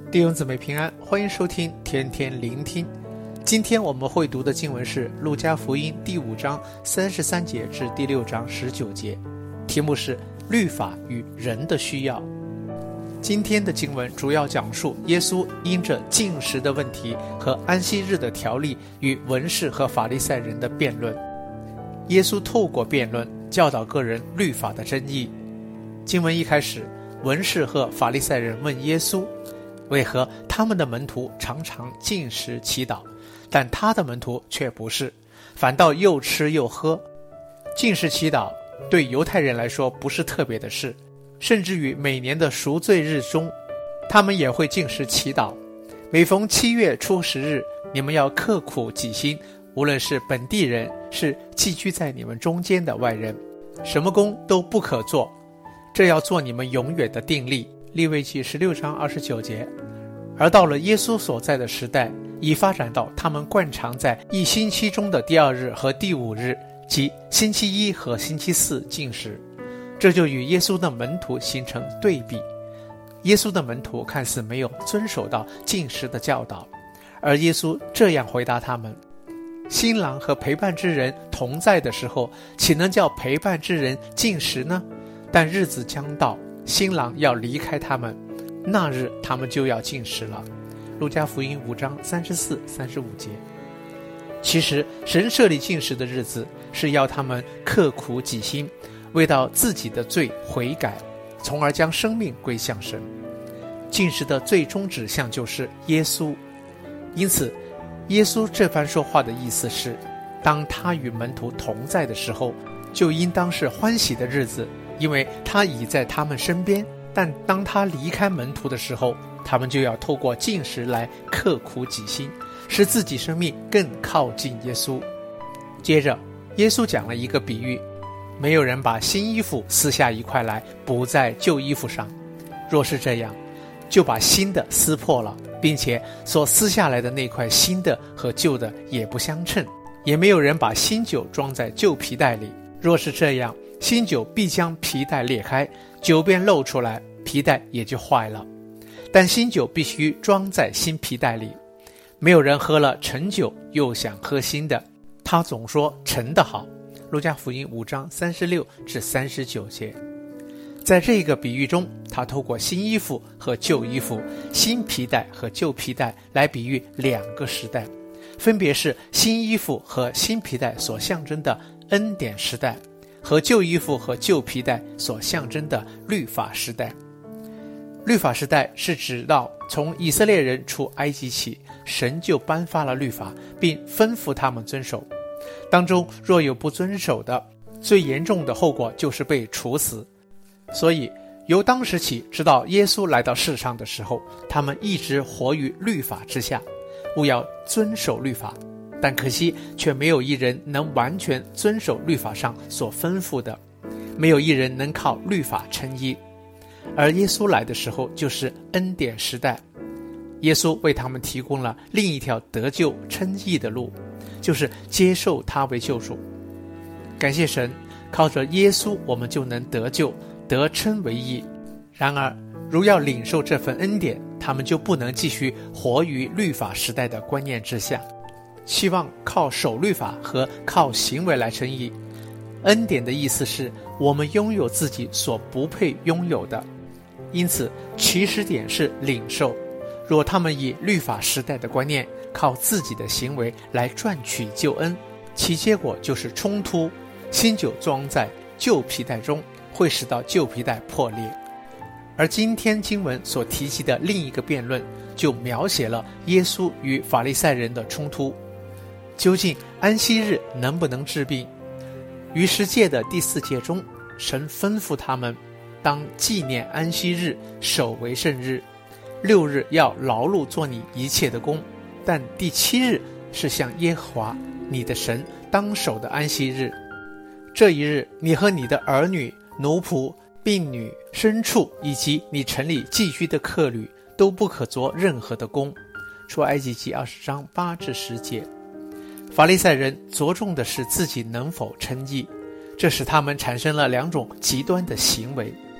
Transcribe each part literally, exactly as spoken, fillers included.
弟兄姊妹平安，欢迎收听天天聆听。今天我们会读的经文是路加福音第五章三十三节至第六章十九节，题目是律法与人的需要。今天的经文主要讲述耶稣因着禁食的问题和安息日的条例与文士和法利赛人的辩论。耶稣透过辩论教导个人律法的真义。经文一开始，文士和法利赛人问耶稣，为何他们的门徒常常禁食祈祷，但他的门徒却不是，反倒又吃又喝。禁食祈祷对犹太人来说不是特别的事，甚至于每年的赎罪日中，他们也会禁食祈祷。每逢七月初十日，你们要刻苦己心，无论是本地人，是寄居在你们中间的外人，什么工都不可做，这要做你们永远的定例。利未记十六章二十九节。而到了耶稣所在的时代，已发展到他们惯常在一星期中的第二日和第五日，即星期一和星期四禁食，这就与耶稣的门徒形成对比。耶稣的门徒看似没有遵守到禁食的教导，而耶稣这样回答他们：新郎和陪伴之人同在的时候，岂能叫陪伴之人禁食呢？但日子将到，新郎要离开他们，那日他们就要禁食了。路加福音五章三十四、三十五节。其实神设立禁食的日子，是要他们刻苦己心，为到自己的罪悔改，从而将生命归向神。禁食的最终指向就是耶稣。因此耶稣这番说话的意思是，当他与门徒同在的时候，就应当是欢喜的日子，因为他已在他们身边。但当他离开门徒的时候，他们就要透过禁食来刻苦己心，使自己生命更靠近耶稣。接着耶稣讲了一个比喻，没有人把新衣服撕下一块来补在旧衣服上，若是这样，就把新的撕破了，并且所撕下来的那块新的和旧的也不相称。也没有人把新酒装在旧皮袋里，若是这样，新酒必将皮袋裂开，酒便漏出来，皮袋也就坏了。但新酒必须装在新皮袋里。没有人喝了陈酒又想喝新的，他总说陈的好。路加福音五章三十六至三十九节。在这个比喻中，他透过新衣服和旧衣服，新皮带和旧皮带来比喻两个时代，分别是新衣服和新皮带所象征的恩典时代，和旧衣服和旧皮带所象征的律法时代。律法时代是指到从以色列人出埃及起，神就颁发了律法，并吩咐他们遵守。当中若有不遵守的，最严重的后果就是被处死。所以由当时起直到耶稣来到世上的时候，他们一直活于律法之下，务要遵守律法。但可惜却没有一人能完全遵守律法上所吩咐的，没有一人能靠律法称义。而耶稣来的时候就是恩典时代，耶稣为他们提供了另一条得救称义的路，就是接受他为救主。感谢神，靠着耶稣我们就能得救，得称为义。然而如要领受这份恩典，他们就不能继续活于律法时代的观念之下，期望靠守律法和靠行为来称义。恩典的意思是我们拥有自己所不配拥有的，因此起始点是领受。若他们以律法时代的观念，靠自己的行为来赚取救恩，其结果就是冲突。新酒装在旧皮带中，会使到旧皮带破裂。而今天经文所提及的另一个辩论，就描写了耶稣与法利赛人的冲突。究竟安息日能不能治病？于十诫的第四诫中，神吩咐他们当纪念安息日，守为圣日。六日要劳碌做你一切的工，但第七日是向耶和华你的神当守的安息日。这一日，你和你的儿女、奴仆、婢女、牲畜以及你城里寄居的客旅都不可做任何的工。出埃及记二十章八至十节。法利赛人着重的是自己能否称义，这使他们产生了两种极端的行为。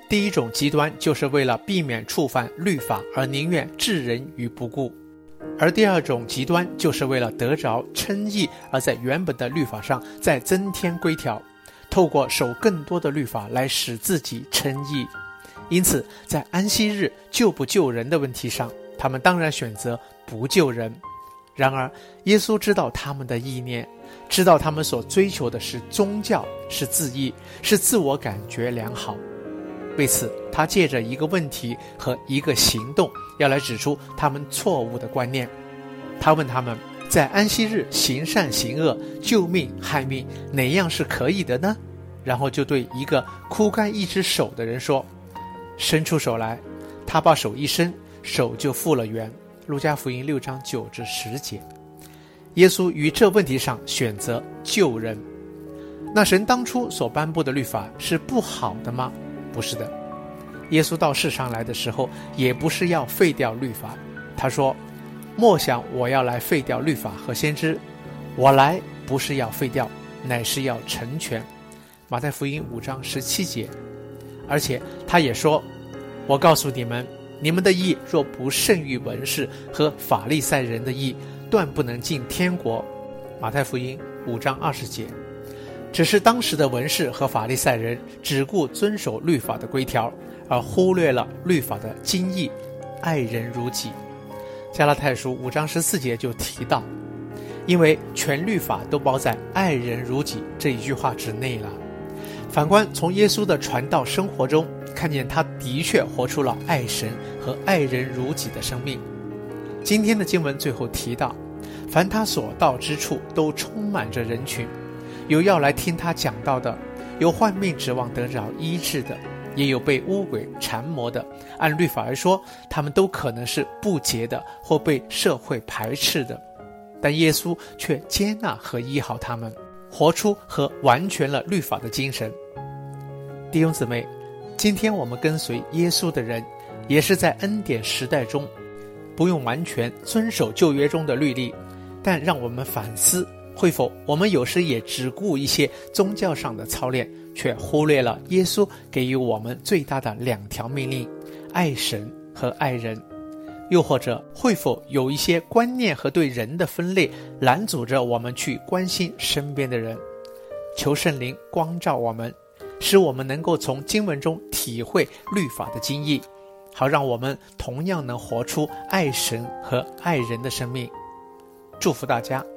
第一种极端就是为了避免触犯律法而宁愿置人于不顾，而第二种极端就是为了得着称义而在原本的律法上再增添规条，透过守更多的律法来使自己称义。因此在安息日救不救人的问题上，他们当然选择不救人。然而耶稣知道他们的意念，知道他们所追求的是宗教，是自义，是自我感觉良好。为此他借着一个问题和一个行动要来指出他们错误的观念。他问他们，在安息日行善行恶，救命害命，哪样是可以的呢？然后就对一个枯干一只手的人说，伸出手来。他把手一伸，手就复了原。路加福音六章九至十节。耶稣于这问题上选择救人。那神当初所颁布的律法是不好的吗？不是的。耶稣到世上来的时候也不是要废掉律法。他说，莫想我要来废掉律法和先知，我来不是要废掉，乃是要成全。马太福音五章十七节。而且他也说，我告诉你们，你们的义若不胜于文士和法利赛人的义，断不能进天国。马太福音五章二十节。只是当时的文士和法利赛人只顾遵守律法的规条，而忽略了律法的精义，爱人如己。加拉太书五章十四节就提到，因为全律法都包在爱人如己这一句话之内了。反观从耶稣的传道生活中，看见他的确活出了爱神和爱人如己的生命。今天的经文最后提到，凡他所到之处都充满着人群，有要来听他讲道的，有患病指望得着医治的，也有被污鬼缠磨的。按律法来说，他们都可能是不洁的，或被社会排斥的，但耶稣却接纳和医好他们，活出和完全了律法的精神。弟兄姊妹，今天我们跟随耶稣的人，也是在恩典时代中，不用完全遵守旧约中的律例，但让我们反思，会否我们有时也只顾一些宗教上的操练，却忽略了耶稣给予我们最大的两条命令，爱神和爱人。又或者会否有一些观念和对人的分类拦阻着我们去关心身边的人？求圣灵光照我们，使我们能够从经文中体会律法的精义，好让我们同样能活出爱神和爱人的生命。祝福大家。